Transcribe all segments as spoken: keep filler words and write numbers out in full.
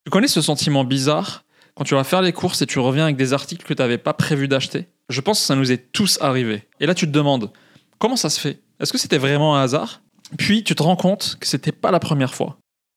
Tu connais ce sentiment bizarre quand tu vas faire les courses et tu reviens avec des articles que tu n'avais pas prévu d'acheter? Je pense que ça nous est tous arrivé. Et là, tu te demandes, comment ça se fait? Est-ce que c'était vraiment un hasard? Puis, tu te rends compte que c'était pas la première fois.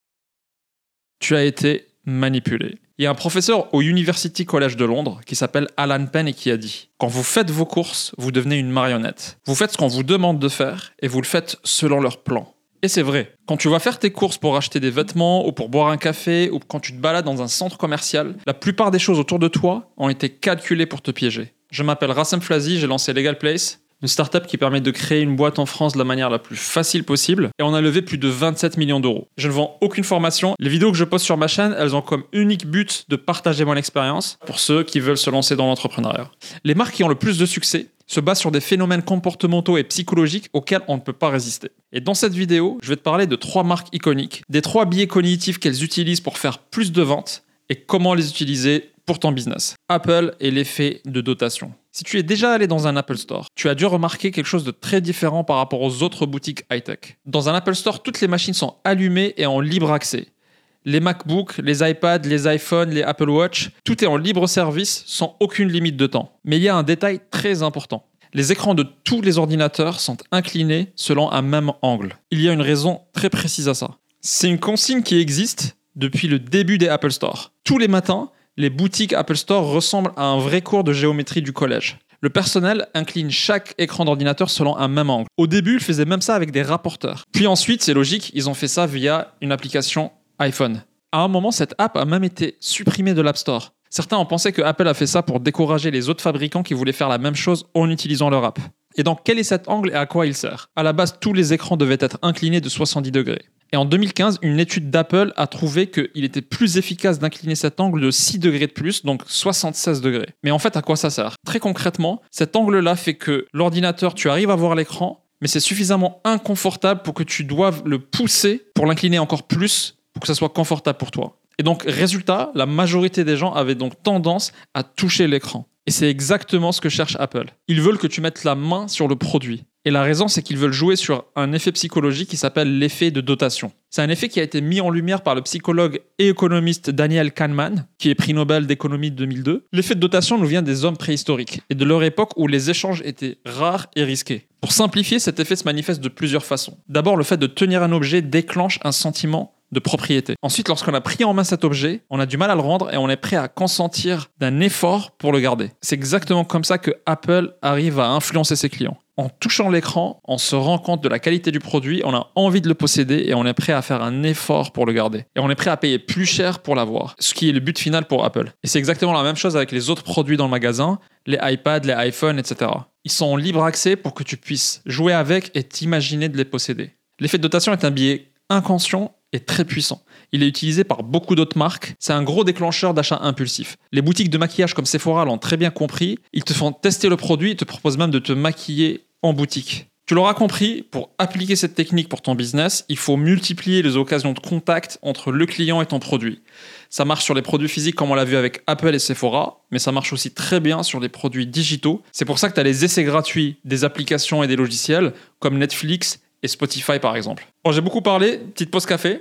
Tu as été manipulé. Il y a un professeur au University College de Londres qui s'appelle Alan Penn et qui a dit « Quand vous faites vos courses, vous devenez une marionnette. Vous faites ce qu'on vous demande de faire et vous le faites selon leur plan. » Et c'est vrai, quand tu vas faire tes courses pour acheter des vêtements ou pour boire un café ou quand tu te balades dans un centre commercial, la plupart des choses autour de toi ont été calculées pour te piéger. Je m'appelle Rassem Flazi, j'ai lancé Legal Place, une startup qui permet de créer une boîte en France de la manière la plus facile possible, et on a levé plus de vingt-sept millions d'euros. Je ne vends aucune formation, les vidéos que je poste sur ma chaîne, elles ont comme unique but de partager mon expérience pour ceux qui veulent se lancer dans l'entrepreneuriat. Les marques qui ont le plus de succès se basent sur des phénomènes comportementaux et psychologiques auxquels on ne peut pas résister. Et dans cette vidéo, je vais te parler de trois marques iconiques, des trois biais cognitifs qu'elles utilisent pour faire plus de ventes, et comment les utiliser pour ton business. Apple et l'effet de dotation. Si tu es déjà allé dans un Apple Store, tu as dû remarquer quelque chose de très différent par rapport aux autres boutiques high-tech. Dans un Apple Store, toutes les machines sont allumées et en libre accès. Les MacBooks, les iPads, les iPhones, les Apple Watch, tout est en libre service sans aucune limite de temps. Mais il y a un détail très important. Les écrans de tous les ordinateurs sont inclinés selon un même angle. Il y a une raison très précise à ça. C'est une consigne qui existe depuis le début des Apple Store. Tous les matins, les boutiques Apple Store ressemblent à un vrai cours de géométrie du collège. Le personnel incline chaque écran d'ordinateur selon un même angle. Au début, ils faisaient même ça avec des rapporteurs. Puis ensuite, c'est logique, ils ont fait ça via une application iPhone. À un moment, cette app a même été supprimée de l'App Store. Certains ont pensé que Apple a fait ça pour décourager les autres fabricants qui voulaient faire la même chose en utilisant leur app. Et donc, quel est cet angle et à quoi il sert? À la base, tous les écrans devaient être inclinés de soixante-dix degrés. Et en deux mille quinze, une étude d'Apple a trouvé qu'il était plus efficace d'incliner cet angle de six degrés de plus, donc soixante-seize degrés. Mais en fait, à quoi ça sert? Très concrètement, cet angle-là fait que l'ordinateur, tu arrives à voir l'écran, mais c'est suffisamment inconfortable pour que tu doives le pousser pour l'incliner encore plus, pour que ça soit confortable pour toi. Et donc, résultat, la majorité des gens avaient donc tendance à toucher l'écran. Et c'est exactement ce que cherche Apple. Ils veulent que tu mettes la main sur le produit. Et la raison, c'est qu'ils veulent jouer sur un effet psychologique qui s'appelle l'effet de dotation. C'est un effet qui a été mis en lumière par le psychologue et économiste Daniel Kahneman, qui est prix Nobel d'économie de deux mille deux. L'effet de dotation nous vient des hommes préhistoriques et de leur époque où les échanges étaient rares et risqués. Pour simplifier, cet effet se manifeste de plusieurs façons. D'abord, le fait de tenir un objet déclenche un sentiment de propriété. Ensuite, lorsqu'on a pris en main cet objet, on a du mal à le rendre et on est prêt à consentir d'un effort pour le garder. C'est exactement comme ça que Apple arrive à influencer ses clients. En touchant l'écran, on se rend compte de la qualité du produit, on a envie de le posséder et on est prêt à faire un effort pour le garder. Et on est prêt à payer plus cher pour l'avoir, ce qui est le but final pour Apple. Et c'est exactement la même chose avec les autres produits dans le magasin, les iPads, les iPhones, et cetera. Ils sont en libre accès pour que tu puisses jouer avec et t'imaginer de les posséder. L'effet de dotation est un biais inconscient et très puissant. Il est utilisé par beaucoup d'autres marques. C'est un gros déclencheur d'achat impulsif. Les boutiques de maquillage comme Sephora l'ont très bien compris. Ils te font tester le produit, ils te proposent même de te maquiller en boutique. Tu l'auras compris, pour appliquer cette technique pour ton business, il faut multiplier les occasions de contact entre le client et ton produit. Ça marche sur les produits physiques comme on l'a vu avec Apple et Sephora, mais ça marche aussi très bien sur les produits digitaux. C'est pour ça que tu as les essais gratuits des applications et des logiciels comme Netflix et Spotify par exemple. Bon, j'ai beaucoup parlé, petite pause café.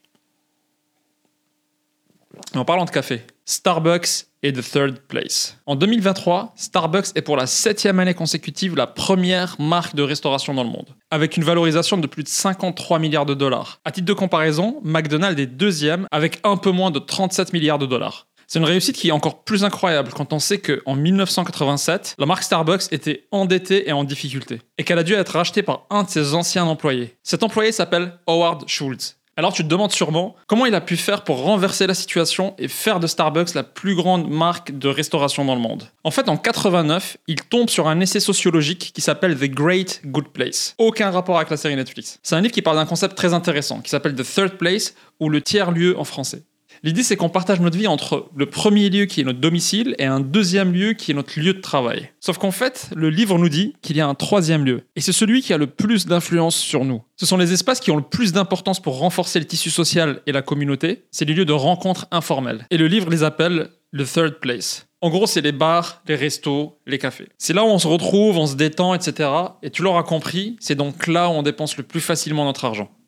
Et en parlant de café, Starbucks est the third place. En deux mille vingt-trois, Starbucks est pour la septième année consécutive la première marque de restauration dans le monde, avec une valorisation de plus de cinquante-trois milliards de dollars. À titre de comparaison, McDonald's est deuxième avec un peu moins de trente-sept milliards de dollars. C'est une réussite qui est encore plus incroyable quand on sait qu'en dix-neuf cent quatre-vingt-sept, la marque Starbucks était endettée et en difficulté, et qu'elle a dû être rachetée par un de ses anciens employés. Cet employé s'appelle Howard Schultz. Alors tu te demandes sûrement comment il a pu faire pour renverser la situation et faire de Starbucks la plus grande marque de restauration dans le monde. En fait, en quatre-vingt-neuf, il tombe sur un essai sociologique qui s'appelle The Great Good Place. Aucun rapport avec la série Netflix. C'est un livre qui parle d'un concept très intéressant qui s'appelle The Third Place ou le tiers-lieu en français. L'idée, c'est qu'on partage notre vie entre le premier lieu qui est notre domicile et un deuxième lieu qui est notre lieu de travail. Sauf qu'en fait, le livre nous dit qu'il y a un troisième lieu. Et c'est celui qui a le plus d'influence sur nous. Ce sont les espaces qui ont le plus d'importance pour renforcer le tissu social et la communauté. C'est les lieux de rencontres informelles. Et le livre les appelle le third place. En gros, c'est les bars, les restos, les cafés. C'est là où on se retrouve, on se détend, et cetera. Et tu l'auras compris, c'est donc là où on dépense le plus facilement notre argent.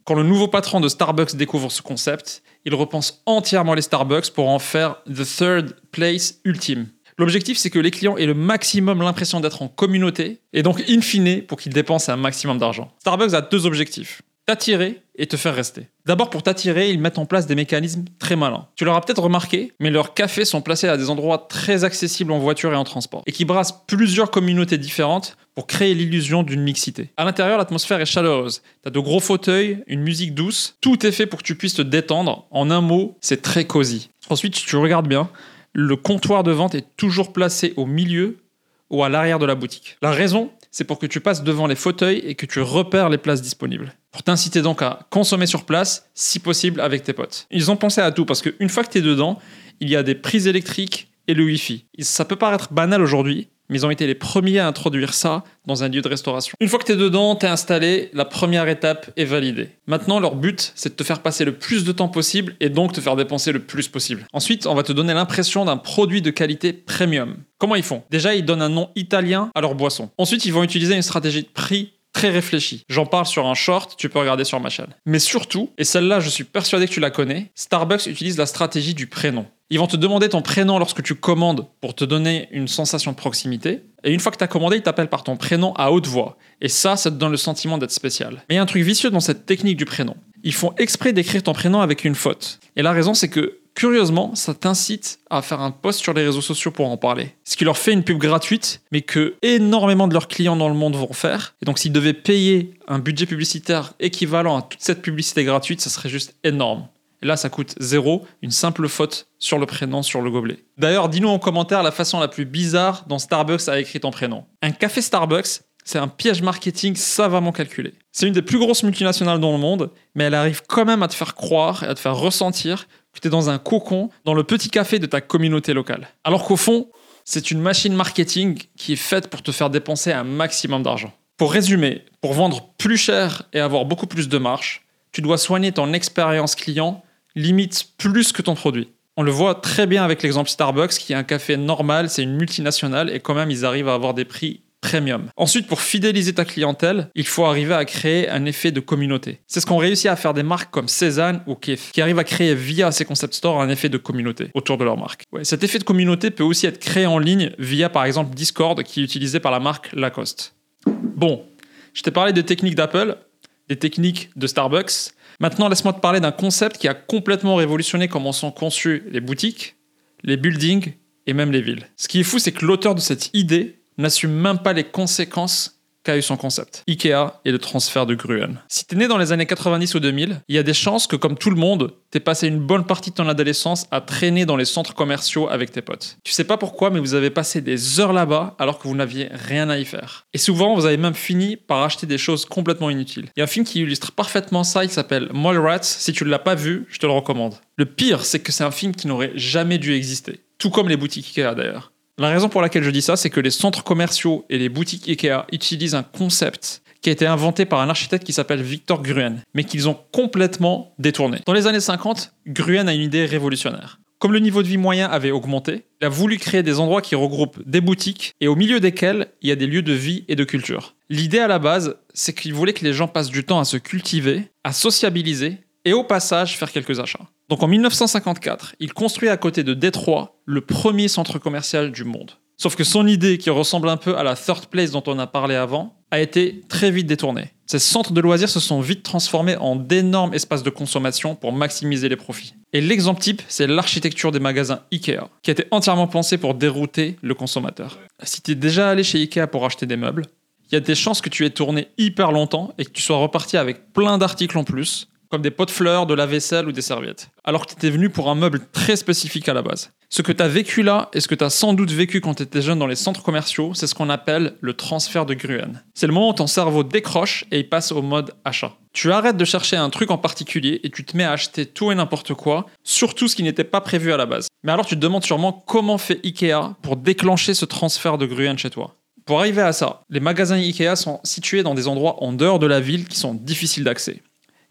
Quand le nouveau patron de Starbucks découvre ce concept, il repense entièrement les Starbucks pour en faire the third place ultime. L'objectif, c'est que les clients aient le maximum l'impression d'être en communauté, et donc, in fine, pour qu'ils dépensent un maximum d'argent. Starbucks a deux objectifs. T'attirer et te faire rester. D'abord, pour t'attirer, ils mettent en place des mécanismes très malins. Tu l'auras peut-être remarqué, mais leurs cafés sont placés à des endroits très accessibles en voiture et en transport, et qui brassent plusieurs communautés différentes pour créer l'illusion d'une mixité. À l'intérieur, l'atmosphère est chaleureuse. T'as de gros fauteuils, une musique douce, tout est fait pour que tu puisses te détendre. En un mot, c'est très cosy. Ensuite, si tu regardes bien, le comptoir de vente est toujours placé au milieu ou à l'arrière de la boutique. La raison, c'est pour que tu passes devant les fauteuils et que tu repères les places disponibles. Pour t'inciter donc à consommer sur place, si possible avec tes potes. Ils ont pensé à tout parce qu'une fois que tu es dedans, il y a des prises électriques et le Wi-Fi. Ça peut paraître banal aujourd'hui, mais ils ont été les premiers à introduire ça dans un lieu de restauration. Une fois que tu es dedans, tu es installé, la première étape est validée. Maintenant, leur but, c'est de te faire passer le plus de temps possible et donc te faire dépenser le plus possible. Ensuite, on va te donner l'impression d'un produit de qualité premium. Comment ils font ? Déjà, ils donnent un nom italien à leur boisson. Ensuite, ils vont utiliser une stratégie de prix très réfléchie. J'en parle sur un short, tu peux regarder sur ma chaîne. Mais surtout, et celle-là, je suis persuadé que tu la connais, Starbucks utilise la stratégie du prénom. Ils vont te demander ton prénom lorsque tu commandes pour te donner une sensation de proximité. Et une fois que tu as commandé, ils t'appellent par ton prénom à haute voix. Et ça, ça te donne le sentiment d'être spécial. Mais il y a un truc vicieux dans cette technique du prénom. Ils font exprès d'écrire ton prénom avec une faute. Et la raison, c'est que, curieusement, ça t'incite à faire un post sur les réseaux sociaux pour en parler. Ce qui leur fait une pub gratuite, mais que énormément de leurs clients dans le monde vont faire. Et donc, s'ils devaient payer un budget publicitaire équivalent à toute cette publicité gratuite, ça serait juste énorme. Et là, ça coûte zéro, une simple faute sur le prénom, sur le gobelet. D'ailleurs, dis-nous en commentaire la façon la plus bizarre dont Starbucks a écrit ton prénom. Un café Starbucks, c'est un piège marketing savamment calculé. C'est une des plus grosses multinationales dans le monde, mais elle arrive quand même à te faire croire et à te faire ressentir que tu es dans un cocon, dans le petit café de ta communauté locale. Alors qu'au fond, c'est une machine marketing qui est faite pour te faire dépenser un maximum d'argent. Pour résumer, pour vendre plus cher et avoir beaucoup plus de marge, tu dois soigner ton expérience client limite plus que ton produit. On le voit très bien avec l'exemple Starbucks, qui est un café normal, c'est une multinationale, et quand même, ils arrivent à avoir des prix premium. Ensuite, pour fidéliser ta clientèle, il faut arriver à créer un effet de communauté. C'est ce qu'ont réussi à faire des marques comme Cézanne ou Kif, qui arrivent à créer via ces concept stores un effet de communauté autour de leur marque. Ouais, cet effet de communauté peut aussi être créé en ligne via, par exemple, Discord, qui est utilisé par la marque Lacoste. Bon, je t'ai parlé de techniques d'Apple, des techniques de Starbucks. Maintenant, laisse-moi te parler d'un concept qui a complètement révolutionné comment sont conçues les boutiques, les buildings et même les villes. Ce qui est fou, c'est que l'auteur de cette idée n'assume même pas les conséquences qu'a eu son concept. Ikea et le transfert de Gruen. Si t'es né dans les années quatre-vingt-dix ou deux mille, il y a des chances que, comme tout le monde, t'aies passé une bonne partie de ton adolescence à traîner dans les centres commerciaux avec tes potes. Tu sais pas pourquoi, mais vous avez passé des heures là-bas alors que vous n'aviez rien à y faire. Et souvent, vous avez même fini par acheter des choses complètement inutiles. Il y a un film qui illustre parfaitement ça, il s'appelle Mallrats. Si tu ne l'as pas vu, je te le recommande. Le pire, c'est que c'est un film qui n'aurait jamais dû exister. Tout comme les boutiques Ikea d'ailleurs. La raison pour laquelle je dis ça, c'est que les centres commerciaux et les boutiques Ikea utilisent un concept qui a été inventé par un architecte qui s'appelle Victor Gruen, mais qu'ils ont complètement détourné. Dans les années cinquante, Gruen a une idée révolutionnaire. Comme le niveau de vie moyen avait augmenté, il a voulu créer des endroits qui regroupent des boutiques et au milieu desquels il y a des lieux de vie et de culture. L'idée à la base, c'est qu'il voulait que les gens passent du temps à se cultiver, à sociabiliser et au passage faire quelques achats. Donc en mille neuf cent cinquante-quatre, il construit à côté de Détroit le premier centre commercial du monde. Sauf que son idée, qui ressemble un peu à la Third Place dont on a parlé avant, a été très vite détournée. Ces centres de loisirs se sont vite transformés en d'énormes espaces de consommation pour maximiser les profits. Et l'exemple type, c'est l'architecture des magasins Ikea, qui a été entièrement pensée pour dérouter le consommateur. Si tu es déjà allé chez Ikea pour acheter des meubles, il y a des chances que tu aies tourné hyper longtemps et que tu sois reparti avec plein d'articles en plus, comme des pots de fleurs, de la vaisselle ou des serviettes. Alors que tu étais venu pour un meuble très spécifique à la base. Ce que tu as vécu là, et ce que tu as sans doute vécu quand tu étais jeune dans les centres commerciaux, c'est ce qu'on appelle le transfert de Gruen. C'est le moment où ton cerveau décroche et il passe au mode achat. Tu arrêtes de chercher un truc en particulier et tu te mets à acheter tout et n'importe quoi, surtout ce qui n'était pas prévu à la base. Mais alors tu te demandes sûrement comment fait Ikea pour déclencher ce transfert de Gruen chez toi. Pour arriver à ça, les magasins Ikea sont situés dans des endroits en dehors de la ville qui sont difficiles d'accès.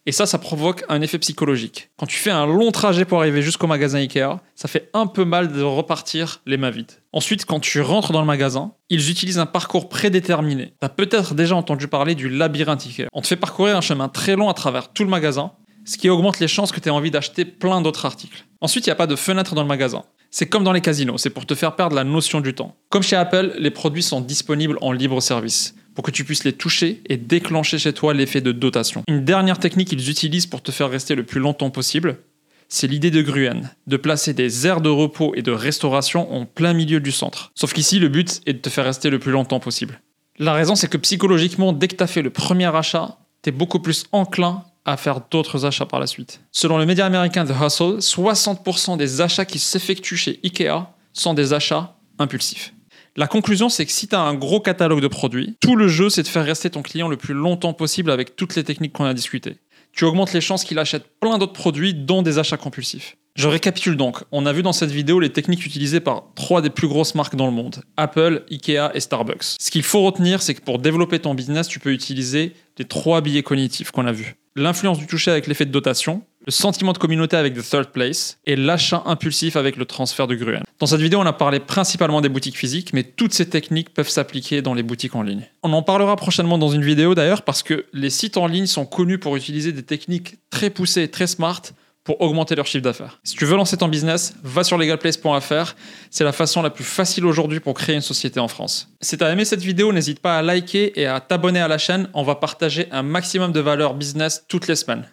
Et ça, ça provoque un effet psychologique. Quand tu fais un long trajet pour arriver jusqu'au magasin Ikea, ça fait un peu mal de repartir les mains vides. Ensuite, quand tu rentres dans le magasin, ils utilisent un parcours prédéterminé. Tu as peut-être déjà entendu parler du labyrinthe Ikea. On te fait parcourir un chemin très long à travers tout le magasin, ce qui augmente les chances que tu aies envie d'acheter plein d'autres articles. Ensuite, il n'y a pas de fenêtre dans le magasin. C'est comme dans les casinos, c'est pour te faire perdre la notion du temps. Comme chez Apple, les produits sont disponibles en libre service, pour que tu puisses les toucher et déclencher chez toi l'effet de dotation. Une dernière technique qu'ils utilisent pour te faire rester le plus longtemps possible, c'est l'idée de Gruen, de placer des aires de repos et de restauration en plein milieu du centre. Sauf qu'ici, le but est de te faire rester le plus longtemps possible. La raison, c'est que psychologiquement, dès que tu as fait le premier achat, tu es beaucoup plus enclin à faire d'autres achats par la suite. Selon le média américain The Hustle, soixante pour cent des achats qui s'effectuent chez Ikea sont des achats impulsifs. La conclusion, c'est que si tu as un gros catalogue de produits, tout le jeu, c'est de faire rester ton client le plus longtemps possible avec toutes les techniques qu'on a discutées. Tu augmentes les chances qu'il achète plein d'autres produits, dont des achats compulsifs. Je récapitule donc. On a vu dans cette vidéo les techniques utilisées par trois des plus grosses marques dans le monde, Apple, Ikea et Starbucks. Ce qu'il faut retenir, c'est que pour développer ton business, tu peux utiliser les trois biais cognitifs qu'on a vus. L'influence du toucher avec l'effet de dotation, le sentiment de communauté avec The Third Place et l'achat impulsif avec le transfert de Gruen. Dans cette vidéo, on a parlé principalement des boutiques physiques, mais toutes ces techniques peuvent s'appliquer dans les boutiques en ligne. On en parlera prochainement dans une vidéo d'ailleurs parce que les sites en ligne sont connus pour utiliser des techniques très poussées et très smart pour augmenter leur chiffre d'affaires. Si tu veux lancer ton business, va sur legalplace point f r. C'est la façon la plus facile aujourd'hui pour créer une société en France. Si tu as aimé cette vidéo, n'hésite pas à liker et à t'abonner à la chaîne. On va partager un maximum de valeur business toutes les semaines.